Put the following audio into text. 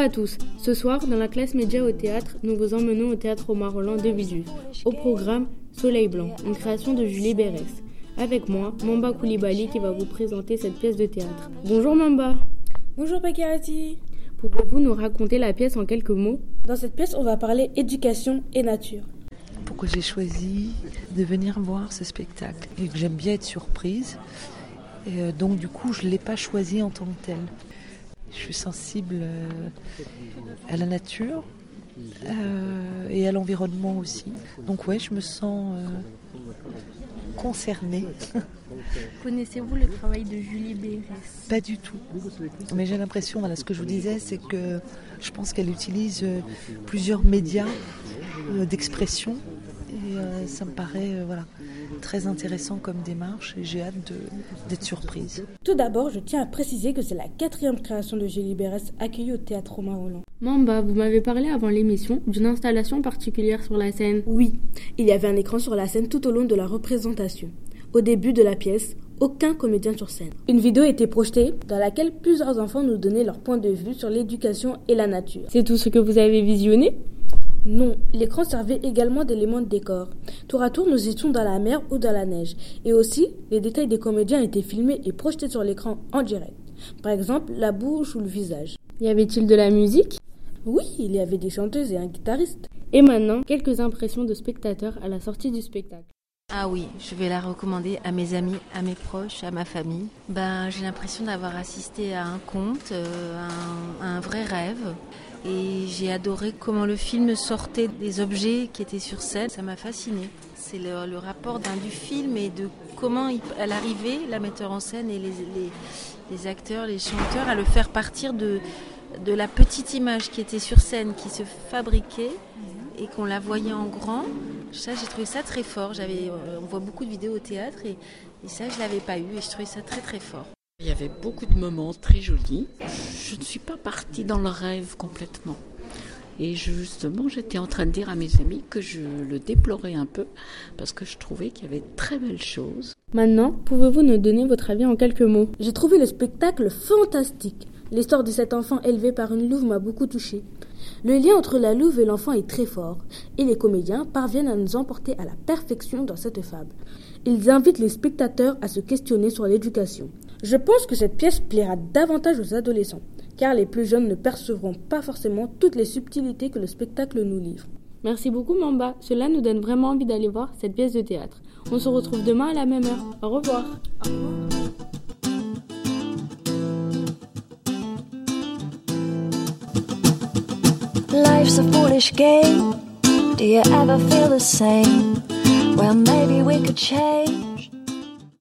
à tous. Ce soir, dans la classe média au théâtre, nous vous emmenons au théâtre Romain Rolland de Villejuif. Au programme, Soleil Blanc, une création de Julie Berès. Avec moi, Mamba Koulibaly qui va vous présenter cette pièce de théâtre. Bonjour Mamba. Bonjour Bakirati. Pouvez-vous nous raconter la pièce en quelques mots ? Dans cette pièce, on va parler éducation et nature. Pourquoi j'ai choisi de venir voir ce spectacle et que j'aime bien être surprise. Et donc du coup, je ne l'ai pas choisi en tant que tel. Je suis sensible à la nature et à l'environnement aussi. Donc ouais, je me sens concernée. Connaissez-vous le travail de Julie Berès ? Pas du tout. Mais j'ai l'impression, ce que je vous disais, c'est que je pense qu'elle utilise plusieurs médias d'expression. Et ça me paraît très intéressant comme démarche et j'ai hâte d'être surprise. Tout d'abord, je tiens à préciser que c'est la 4e création de Julie Berès accueillie au théâtre Romain Rolland. Mamba, vous m'avez parlé avant l'émission d'une installation particulière sur la scène. Oui, il y avait un écran sur la scène tout au long de la représentation. Au début de la pièce, aucun comédien sur scène. Une vidéo était projetée dans laquelle plusieurs enfants nous donnaient leur point de vue sur l'éducation et la nature. C'est tout ce que vous avez visionné ? Non, l'écran servait également d'élément de décor. Tour à tour, nous étions dans la mer ou dans la neige. Et aussi, les détails des comédiens étaient filmés et projetés sur l'écran en direct. Par exemple, la bouche ou le visage. Y avait-il de la musique ? Oui, il y avait des chanteuses et un guitariste. Et maintenant, quelques impressions de spectateurs à la sortie du spectacle. Ah oui, je vais la recommander à mes amis, à mes proches, à ma famille. J'ai l'impression d'avoir assisté à un conte, à un vrai rêve. Et j'ai adoré comment le film sortait des objets qui étaient sur scène. Ça m'a fascinée. C'est le rapport du film et de comment elle arrivait, la metteur en scène et les acteurs, les chanteurs, à le faire partir de la petite image qui était sur scène, qui se fabriquait et qu'on la voyait en grand. Ça, j'ai trouvé ça très fort. On voit beaucoup de vidéos au théâtre et ça, je ne l'avais pas eu et je trouvais ça très très fort. Il y avait beaucoup de moments très jolis. Je ne suis pas partie dans le rêve complètement. Et justement, j'étais en train de dire à mes amis que je le déplorais un peu parce que je trouvais qu'il y avait de très belles choses. Maintenant, pouvez-vous nous donner votre avis en quelques mots ? J'ai trouvé le spectacle fantastique. L'histoire de cet enfant élevé par une louve m'a beaucoup touchée. Le lien entre la louve et l'enfant est très fort et les comédiens parviennent à nous emporter à la perfection dans cette fable. Ils invitent les spectateurs à se questionner sur l'éducation. Je pense que cette pièce plaira davantage aux adolescents, car les plus jeunes ne percevront pas forcément toutes les subtilités que le spectacle nous livre. Merci beaucoup Mamba, cela nous donne vraiment envie d'aller voir cette pièce de théâtre. On se retrouve demain à la même heure. Au revoir. Au revoir. Life's a foolish game. Do you ever feel the same? Well, maybe we could change.